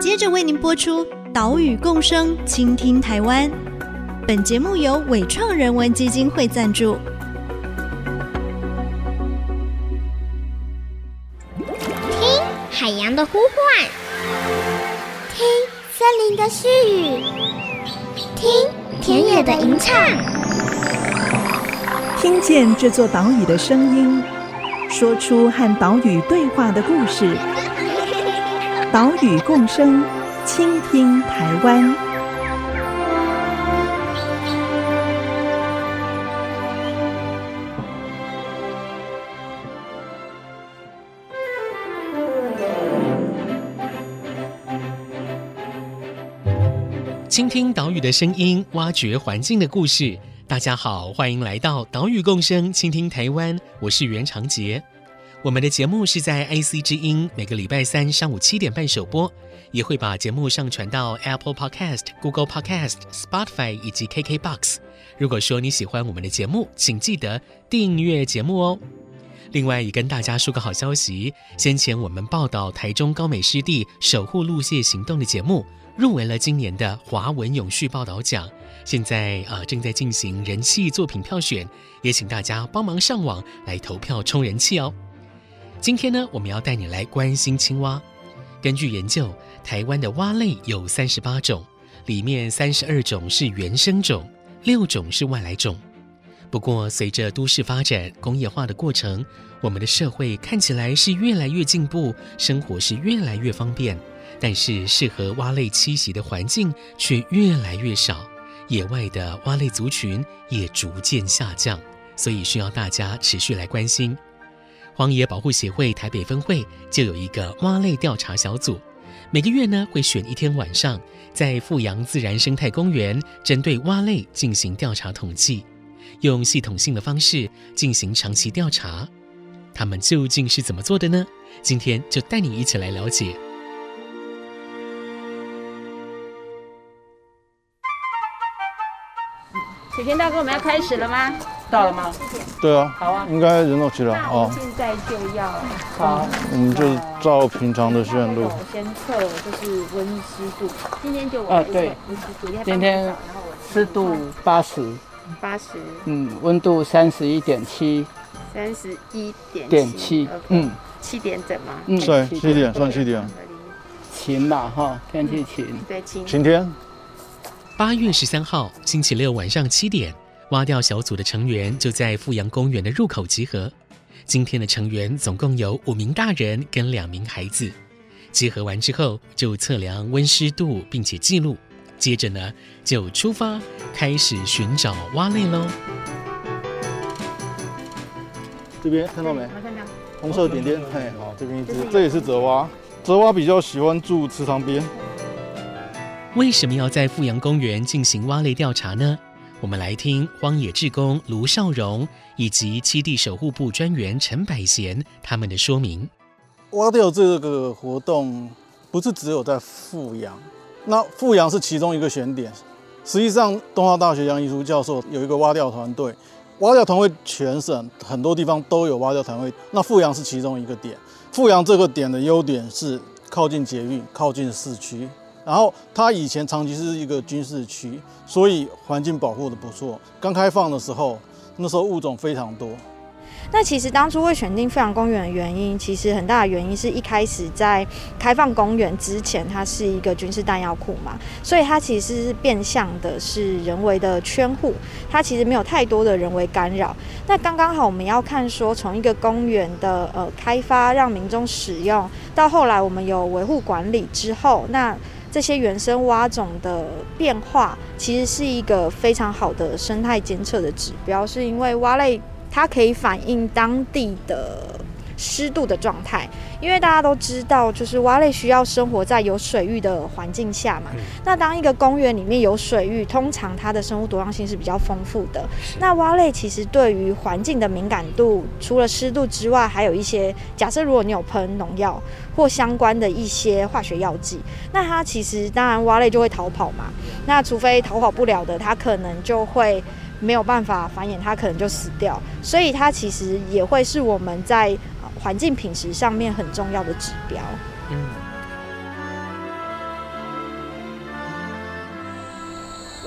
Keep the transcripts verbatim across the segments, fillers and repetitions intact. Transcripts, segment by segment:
接着为您播出岛屿共生，倾听台湾。本节目由伟创人文基金会赞助。 听海洋的呼唤，听森林的絮语，听田野的吟唱， 听见这座岛屿的声音，说出和岛屿对话的故事。岛屿共生，倾听台湾。 倾听岛屿的声音，挖掘环境的故事。大家好，欢迎来到岛屿共生，倾听台湾，我是袁长杰。我们的节目是在 I C 之音每个礼拜三上午七点半首播，也会把节目上传到 Apple Podcast、Google Podcast、Spotify 以及 K K B O X。 如果说你喜欢我们的节目，请记得订阅节目哦。另外也跟大家说个好消息，先前我们报道台中高美湿地守护鹿蟹行动的节目入围了今年的华文永续报道奖，现在、呃、正在进行人气作品票选，也请大家帮忙上网来投票冲人气哦。今天呢，我们要带你来关心青蛙。根据研究，台湾的蛙类有三十八种，里面三十二种是原生种，六种是外来种。不过随着都市发展、工业化的过程，我们的社会看起来是越来越进步，生活是越来越方便，但是适合蛙类栖息的环境却越来越少，野外的蛙类族群也逐渐下降，所以需要大家持续来关心。荒野保护协会台北分会就有一个蛙类调查小组，每个月呢会选一天晚上，在富阳自然生态公园针对蛙类进行调查统计，用系统性的方式进行长期调查。他们究竟是怎么做的呢？今天就带你一起来了解。 水田大哥，我们要开始了吗？ 到了吗？ 对啊， 好啊， 应该人都齐了那我们现在就要好，我们就照平常的线路。 先测就是温湿度，今天就啊对，今天湿度八十， 八十， 嗯，温度三十一点七， 三十一点七，嗯， 七点整吗？ 嗯， 对，七点算七点。 晴嘛哈，天气晴， 对，晴晴天。 八月十三号星期六晚上七点，蛙钓小组的成员就在富阳公园的入口集合。今天的成员总共有五名大人跟两名孩子。集合完之后，就测量温湿度，并且记录。接着呢，就出发，开始寻找蛙类喽。 这边看到没？红色点点，嘿，好，这边一只，这也是泽蛙。泽蛙比较喜欢住池塘边。 为什么要在富阳公园进行蛙类调查呢？我们来听荒野志工卢少荣以及栖地守护部专员陈百贤他们的说明。 蛙钓这个活动不是只有在富阳，那富阳是其中一个选点。实际上，东华大学杨怡书教授有一个蛙钓团队，蛙钓团队全省很多地方都有蛙钓团队，那富阳是其中一个点。富阳这个点的优点是靠近捷运，靠近市区。然后它以前长期是一个军事区，所以环境保护的不错。刚开放的时候，那时候物种非常多。 那其实当初会选定富阳公园的原因，其实很大的原因是一开始在开放公园之前，它是一个军事弹药库嘛，所以它其实是变相的是人为的圈护，它其实没有太多的人为干扰。那刚刚好我们要看说，从一个公园的呃开发让民众使用，到后来我们有维护管理之后，那这些原生蛙种的变化其实是一个非常好的生态监测的指标，是因为蛙类它可以反映当地的湿度的状态，因为大家都知道，就是蛙类需要生活在有水域的环境下嘛。嗯、那当一个公园里面有水域，通常它的生物多样性是比较丰富的。那蛙类其实对于环境的敏感度，除了湿度之外，还有一些假设如果你有喷农药或相关的一些化学药剂，那它其实当然蛙类就会逃跑嘛。那除非逃跑不了的，它可能就会没有办法繁衍，它可能就死掉，所以它其实也会是我们在环境品质上面很重要的指标。嗯，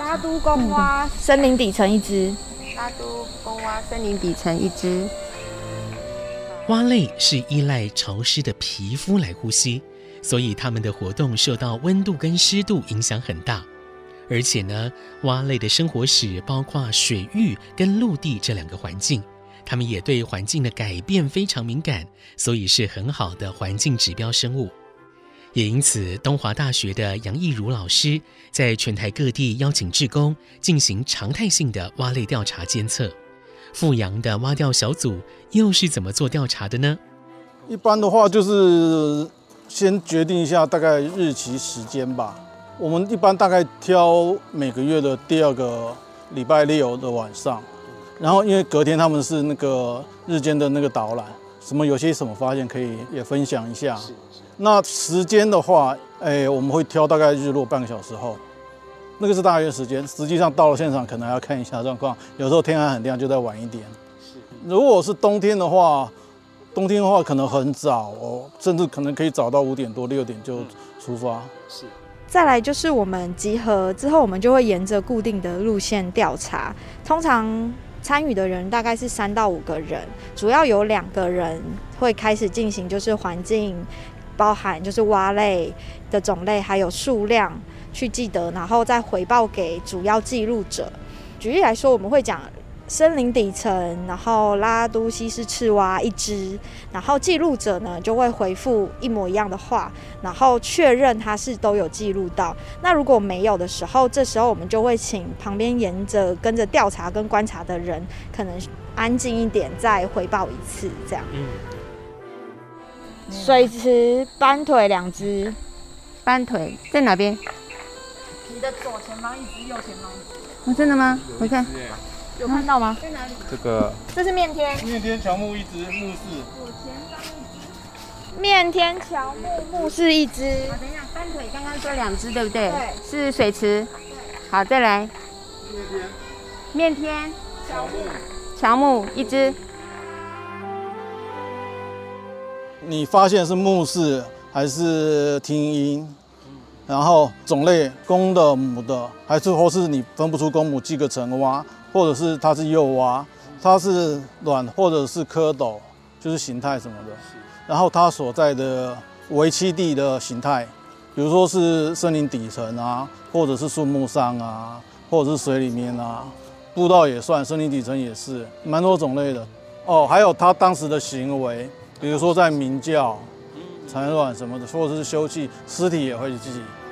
拉都公蛙森林底层一只， 拉都公蛙森林底层一只。 蛙类是依赖潮湿的皮肤来呼吸，所以它们的活动受到温度跟湿度影响很大。而且呢，蛙类的生活史包括水域跟陆地这两个环境，它们也对环境的改变非常敏感，所以是很好的环境指标生物。也因此，东华大学的杨义如老师在全台各地邀请志工进行常态性的蛙类调查监测。富阳的蛙调小组又是怎么做调查的呢？ 一般的话就是先决定一下大概日期时间吧。我们一般大概挑每个月的第二个礼拜六的晚上，然后因为隔天他们是那个日间的那个导览，什么有些什么发现可以也分享一下。那时间的话，哎，我们会挑大概日落半个小时后。那个是大约时间，实际上到了现场可能还要看一下状况，有时候天还很亮，就再晚一点。如果是冬天的话，冬天的话可能很早哦，甚至可能可以早到五点多六点就出发。 是。再来就是我们集合之后，我们就会沿着固定的路线调查，通常参与的人大概是三到五个人，主要有两个人会开始进行就是环境，包含就是蛙类的种类还有数量。去记得，然后再回报给主要记录者。举例来说，我们会讲森林底层，然后拉都西施赤蛙一只，然后记录者呢就会回复一模一样的话，然后确认他是都有记录到。那如果没有的时候，这时候我们就会请旁边沿着跟着调查跟观察的人，可能安静一点，再回报一次这样。嗯。水池斑腿两只， 斑腿在哪边？ 你的左前方一只，右前方一只。 哦，真的吗？我看， 有看到吗？ 在哪里？ 这个， 这是面天。 面天乔木一只，木氏。 左前方一只。面天乔木木氏一只。 好，等一下，斑腿刚刚说两只，对不对？ 对。 是水池。好，再来。 面天。 面天。 乔木。 乔木一只。 你发现是木氏还是听音？然后种类公的母的，还是或是你分不出公母，记个成蛙，或者是它是幼蛙，它是卵或者是蝌蚪，就是形态什么的。然后它所在的为栖地的形态，比如说是森林底层啊，或者是树木上啊，或者是水里面啊，步道也算，森林底层也是，蛮多种类的。哦，还有它当时的行为，比如说在鸣叫、产卵什么的，或者是休憩，尸体也会记。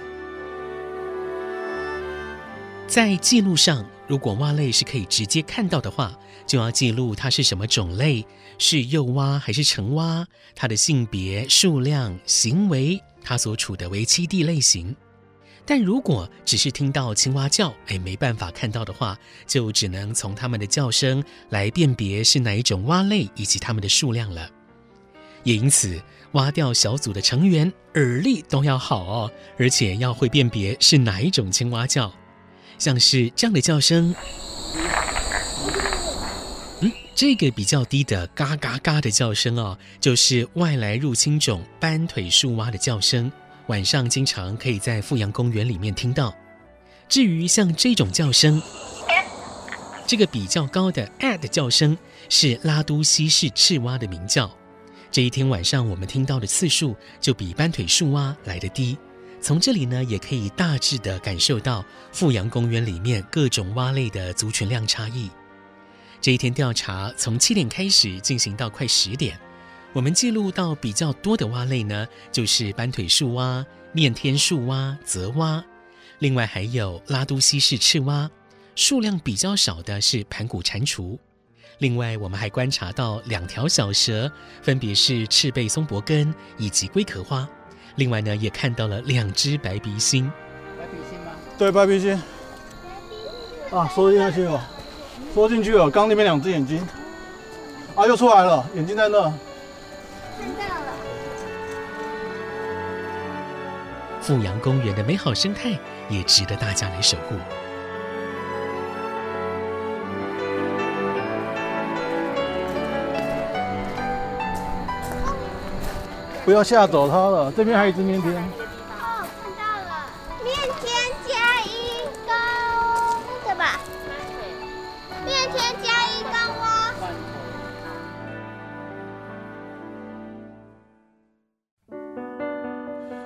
在记录上，如果蛙类是可以直接看到的话，就要记录它是什么种类，是幼蛙还是成蛙，它的性别、数量、行为，它所处的为栖地类型。但如果只是听到青蛙叫，哎，没办法看到的话，就只能从它们的叫声来辨别是哪一种蛙类以及它们的数量了。也因此，蛙调小组的成员耳力都要好哦，而且要会辨别是哪一种青蛙叫。像是这样的叫声，嗯，这个比较低的嘎嘎嘎的叫声哦，就是外来入侵种斑腿树蛙的叫声，晚上经常可以在富阳公园里面听到。至于像这种叫声，这个比较高的 a 的叫声是拉都西式赤蛙的鸣叫，这一天晚上我们听到的次数就比斑腿树蛙来得低。从这里呢，也可以大致的感受到富阳公园里面各种蛙类的族群量差异。这一天调查从七点开始进行到快十点，我们记录到比较多的蛙类呢，就是斑腿树蛙、面天树蛙、泽蛙，另外还有拉都西式赤蛙，数量比较少的是盘古蟾蜍。另外我们还观察到两条小蛇，分别是赤背松柏根以及龟壳花。另外呢，也看到了两只白鼻星。 白鼻星吗？ 对，白鼻星。啊，缩进去了，缩进去了。刚那边两只眼睛，啊，又出来了，眼睛在那。 看到了。 富阳公园的美好生态也值得大家来守护。 不要吓走它了，这边还有一只面天。 哦，看到了，面天加一高。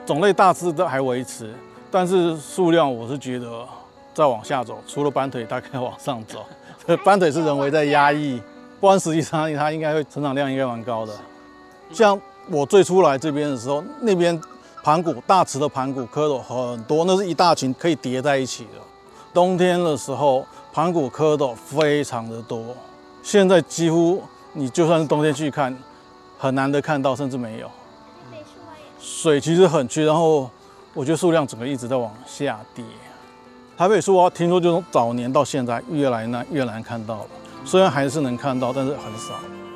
种类大致都还维持，但是数量我是觉得再往下走，除了斑腿，大概往上走。斑腿是人为在压抑，不然实际上它应该会成长量应该蛮高的。像我最初来这边的时候，那边盘古大池的盘古蝌蚪很多，那是一大群可以叠在一起的。冬天的时候，盘古蝌蚪非常的多，现在几乎你就算是冬天去看，很难得看到，甚至没有。水其实很缺，然后我觉得数量整个一直在往下跌。台北树蛙听说就从早年到现在越来难越难看到了，虽然还是能看到，但是很少。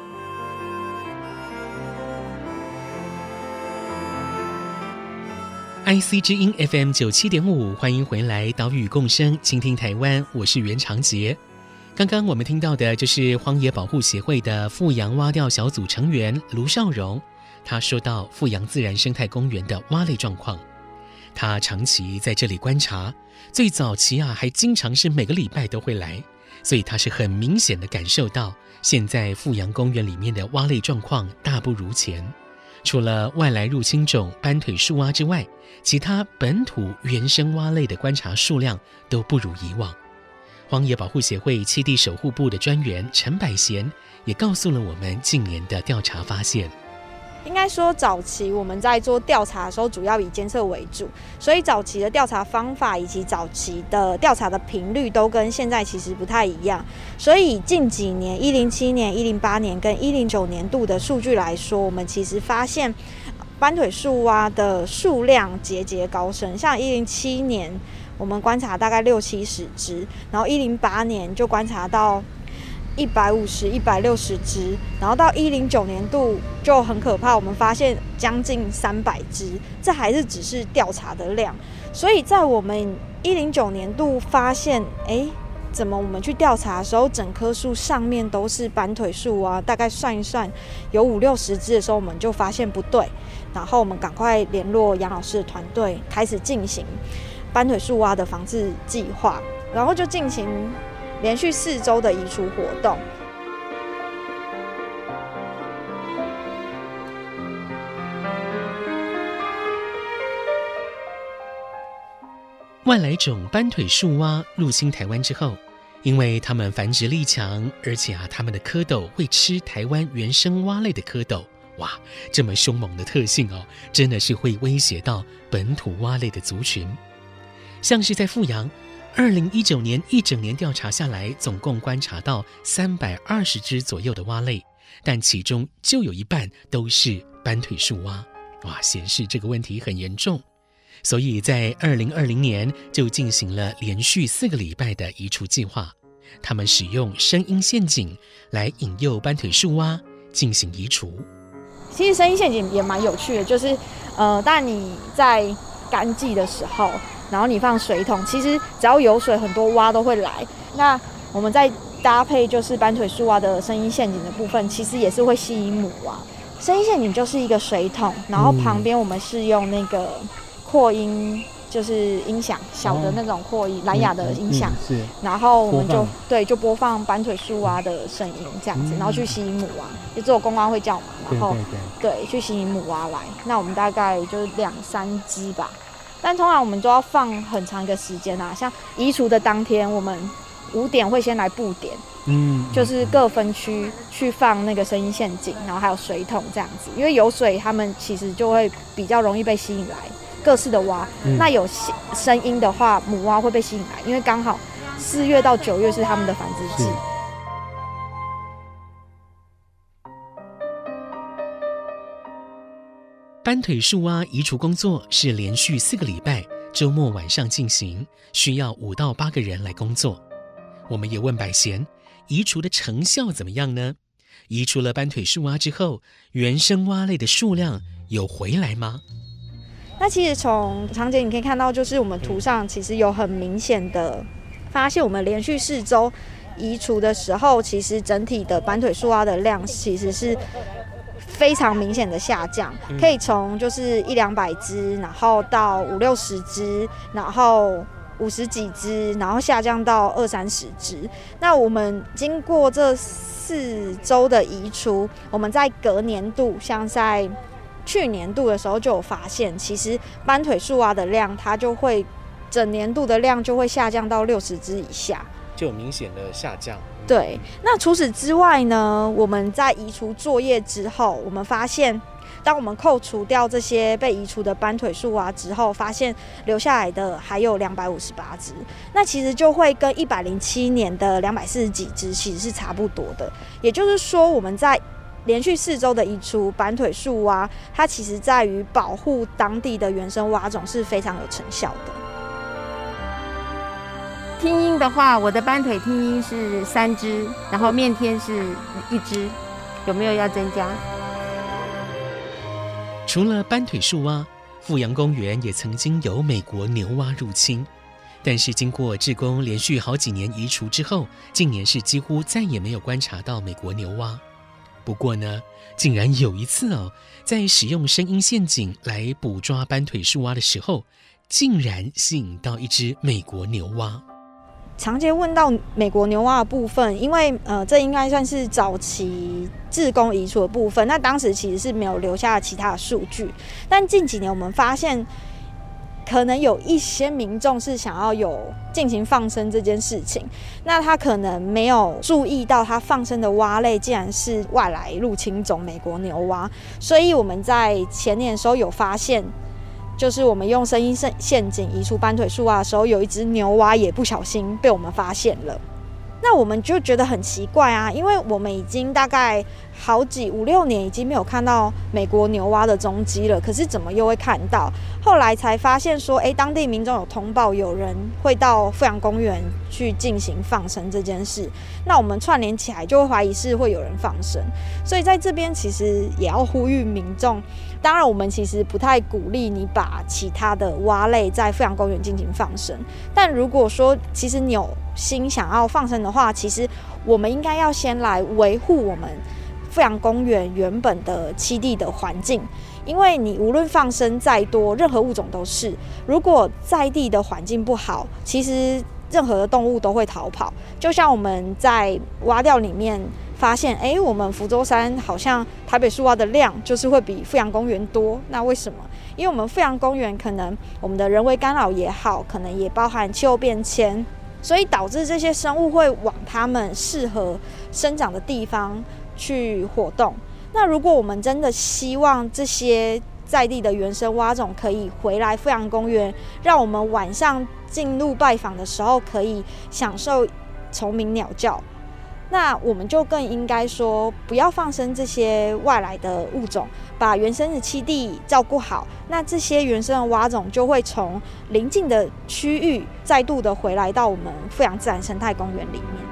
I C 之音 F M 九七点五，欢迎回来，岛屿共生，倾听台湾，我是袁长杰。刚刚我们听到的就是荒野保护协会的富阳蛙钓小组成员卢少荣，他说到富阳自然生态公园的蛙类状况。他长期在这里观察，最早期啊还经常是每个礼拜都会来，所以他是很明显的感受到现在富阳公园里面的蛙类状况大不如前。除了外来入侵种斑腿树蛙之外，其他本土原生蛙类的观察数量都不如以往。荒野保护协会栖地守护部的专员陈百贤也告诉了我们近年的调查发现。 应该说，早期我们在做调查的时候，主要以监测为主，所以早期的调查方法以及早期的调查的频率都跟现在其实不太一样。所以近几年，一零七年、一零八年跟一零九年度的数据来说，我们其实发现斑腿树蛙的数量节节高升。像一零七年，我们观察大概六七十只，然后一零八年就观察到一百五十、一百六十只，然后到一零九年度就很可怕，我们发现将近三百只，这还是只是调查的量。所以在我们一零九年度发现，哎，怎么我们去调查的时候，整棵树上面都是斑腿树蛙，大概算一算有五六十只的时候，我们就发现不对，然后我们赶快联络杨老师的团队，开始进行斑腿树蛙的防治计划，然后就进行连续四周的移除活动。 外来种斑腿树蛙入侵台湾之后，因为它们繁殖力强，而且啊，它们的蝌蚪会吃台湾原生蛙类的蝌蚪，哇，这么凶猛的特性哦，真的是会威胁到本土蛙类的族群。像是在富阳，二零一九年一整年调查下来，总共观察到三百二十只左右的蛙类，但其中就有一半都是斑腿树蛙，哇，显示这个问题很严重。所以在二零二零年就进行了连续四个礼拜的移除计划，他们使用声音陷阱来引诱斑腿树蛙进行移除。 其实声音陷阱也蛮有趣的，就是呃，但你在干季的时候，然后你放水桶，其实只要有水，很多蛙都会来。那我们再搭配就是斑腿树蛙的声音陷阱的部分，其实也是会吸引母蛙。声音陷阱就是一个水桶，然后旁边我们是用那个扩音，就是音响小的那种扩音，蓝牙的音响， 嗯嗯、 然后我们就对就播放斑腿树蛙的声音这样子，然后去吸引母蛙，就只有公蛙会叫嘛，然后 对, 对, 对去吸引母蛙来。那我们大概就是两三只吧，但通常我们都要放很长一个时间啊，像移除的当天，我们五点会先来布点，嗯，就是各分区去放那个声音陷阱，然后还有水桶这样子，因为有水，它们其实就会比较容易被吸引来。各式的蛙，嗯、那有声音的话，母蛙会被吸引来，因为刚好四月到九月是它们的繁殖季。 斑腿树蛙移除工作是连续四个礼拜，周末晚上进行，需要五到八个人来工作。我们也问百贤，移除的成效怎么样呢？移除了斑腿树蛙之后，原生蛙类的数量有回来吗？ 那其实从长姐你可以看到，就是我们图上其实有很明显的发现，我们连续四周移除的时候，其实整体的斑腿树蛙的量其实是非常明显的下降，可以从就是一两百只，然后到五六十只，然后五十几只，然后下降到二三十只。那我们经过这四周的移除，我们在隔年度，像在去年度的时候就有发现，其实斑腿树蛙的量它就会整年度的量就会下降到六十只以下， 就有明显的下降。 对，那除此之外呢，我们在移除作业之后，我们发现当我们扣除掉这些被移除的斑腿树蛙之后，发现留下来的还有两百五十八只，那其实就会跟一百零七年的两百四十几只其实是差不多的。也就是说，我们在连续四周的移除斑腿树蛙，它其实在于保护当地的原生蛙种是非常有成效的。 听音的话，我的斑腿听音是三只，然后面天是一只，有没有要增加？ 除了斑腿树蛙，富阳公园也曾经有美国牛蛙入侵，但是经过志工连续好几年移除之后，近年是几乎再也没有观察到美国牛蛙。不过呢，竟然有一次哦，在使用声音陷阱来捕抓斑腿树蛙的时候，竟然吸引到一只美国牛蛙。 常杰问到美国牛蛙的部分，因为呃，这应该算是早期志工移除的部分，那当时其实是没有留下其他的数据，但近几年我们发现，可能有一些民众是想要有进行放生这件事情，那他可能没有注意到他放生的蛙类竟然是外来入侵种美国牛蛙，所以我们在前年的时候有发现，就是我们用声音陷阱移除斑腿树蛙的时候，有一只牛蛙也不小心被我们发现了。那我们就觉得很奇怪啊，因为我们已经大概好几五六年已经没有看到美国牛蛙的踪迹了，可是怎么又会看到？后来才发现说，哎，当地民众有通报有人会到富阳公园去进行放生这件事，那我们串联起来就会怀疑是会有人放生，所以在这边其实也要呼吁民众。当然，我们其实不太鼓励你把其他的蛙类在富阳公园进行放生。但如果说其实你有心想要放生的话，其实我们应该要先来维护我们富阳公园原本的栖地的环境。因为你无论放生再多，任何物种都是，如果在地的环境不好，其实任何的动物都会逃跑。就像我们在蛙钓里面发现，哎，我们福州山好像台北树蛙的量就是会比富阳公园多，那为什么？因为我们富阳公园可能我们的人为干扰也好，可能也包含气候变迁，所以导致这些生物会往它们适合生长的地方去活动。那如果我们真的希望这些在地的原生蛙种可以回来富阳公园，让我们晚上进入拜访的时候可以享受虫鸣鸟叫，那我们就更应该说不要放生这些外来的物种，把原生的栖地照顾好，那这些原生的蛙种就会从邻近的区域再度的回来到我们富阳自然生态公园里面。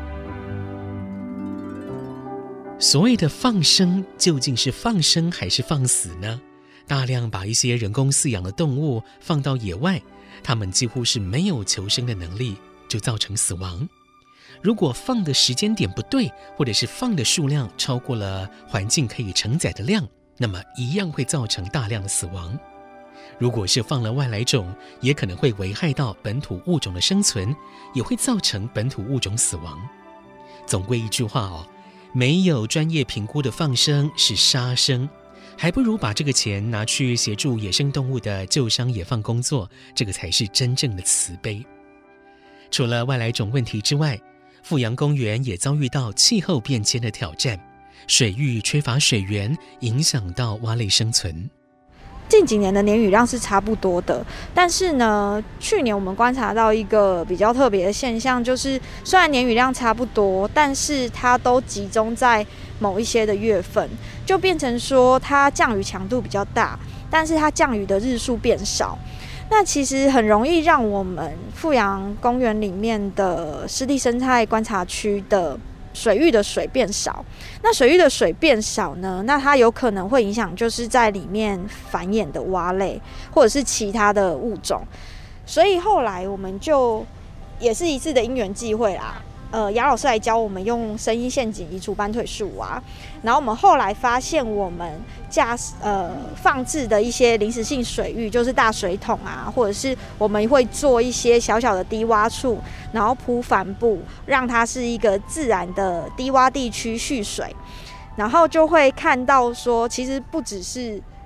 所谓的放生究竟是放生还是放死呢？大量把一些人工饲养的动物放到野外，它们几乎是没有求生的能力，就造成死亡。如果放的时间点不对，或者是放的数量超过了环境可以承载的量，那么一样会造成大量的死亡。如果是放了外来种，也可能会危害到本土物种的生存，也会造成本土物种死亡。总归一句话哦，没有专业评估的放生是杀生，还不如把这个钱拿去协助野生动物的救伤野放工作，这个才是真正的慈悲。除了外来种问题之外，富阳公园也遭遇到气候变迁的挑战，水域缺乏水源，影响到蛙类生存。 近几年的年雨量是差不多的，但是呢，去年我们观察到一个比较特别的现象，就是虽然年雨量差不多，但是它都集中在某一些的月份，就变成说它降雨强度比较大，但是它降雨的日数变少。那其实很容易让我们富阳公园里面的湿地生态观察区的水域的水变少。那水域的水变少呢，那它有可能会影响就是在里面繁衍的蛙类或者是其他的物种。所以后来我们就也是一次的因缘际会啦，呃，杨老师来教我们用声音陷阱移除斑腿树蛙，然后我们后来发现我们架呃放置的一些临时性水域，就是大水桶啊，或者是我们会做一些小小的低洼处，然后铺帆布，让它是一个自然的低洼地区蓄水，然后就会看到说，其实不只是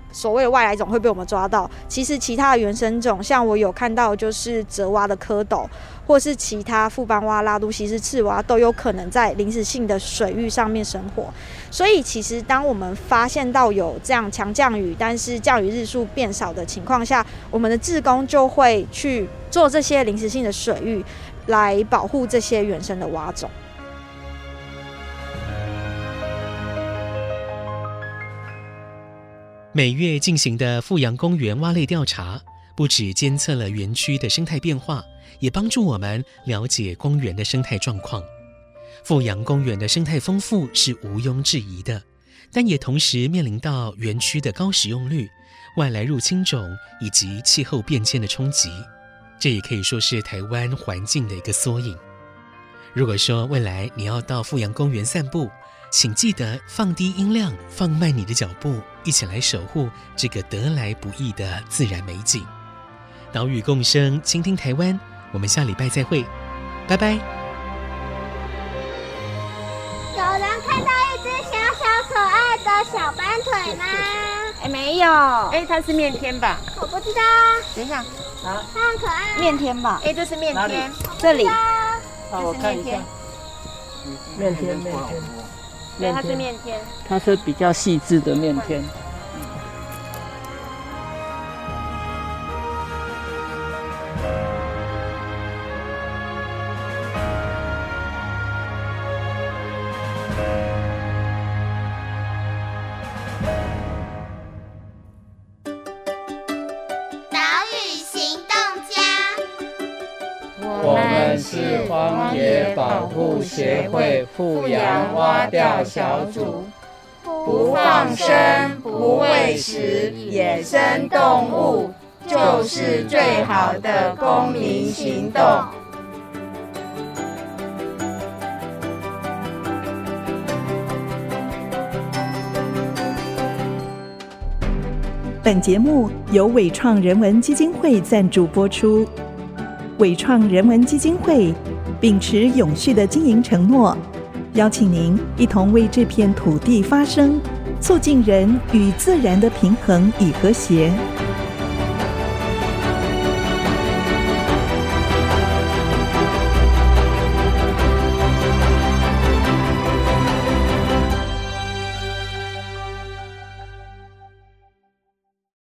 所谓的外来种会被我们抓到，其实其他的原生种，像我有看到就是泽蛙的蝌蚪，或是其他富斑蛙、拉都希氏赤蛙，都有可能在临时性的水域上面生活。所以其实当我们发现到有这样强降雨，但是降雨日数变少的情况下，我们的志工就会去做这些临时性的水域，来保护这些原生的蛙种。 每月进行的富阳公园蛙类调查，不只监测了园区的生态变化，也帮助我们了解公园的生态状况。富阳公园的生态丰富是毋庸置疑的，但也同时面临到园区的高使用率、外来入侵种以及气候变迁的冲击，这也可以说是台湾环境的一个缩影。如果说未来你要到富阳公园散步，请记得放低音量，放慢你的脚步，一起来守护这个得来不易的自然美景。岛屿共生，倾听台湾，我们下礼拜再会，拜拜。 有人看到一只小小可爱的小斑腿吗？ 哎，没有。哎，它是面天吧？ 我不知道。 等一下， 它很可爱。 面天吧？ 哎，这是面天， 这里。 啊，我看一下。面天，面天。 对，它是面天， 它是比较细致的面天。 岛屿行动家， 我们是荒野保护协会富阳蛙钓小组，不放生、不喂食野生动物，就是最好的公民行动。 本节目由伟创人文基金会赞助播出。伟创人文基金会秉持永续的经营承诺，邀请您一同为这片土地发声，促进人与自然的平衡与和谐。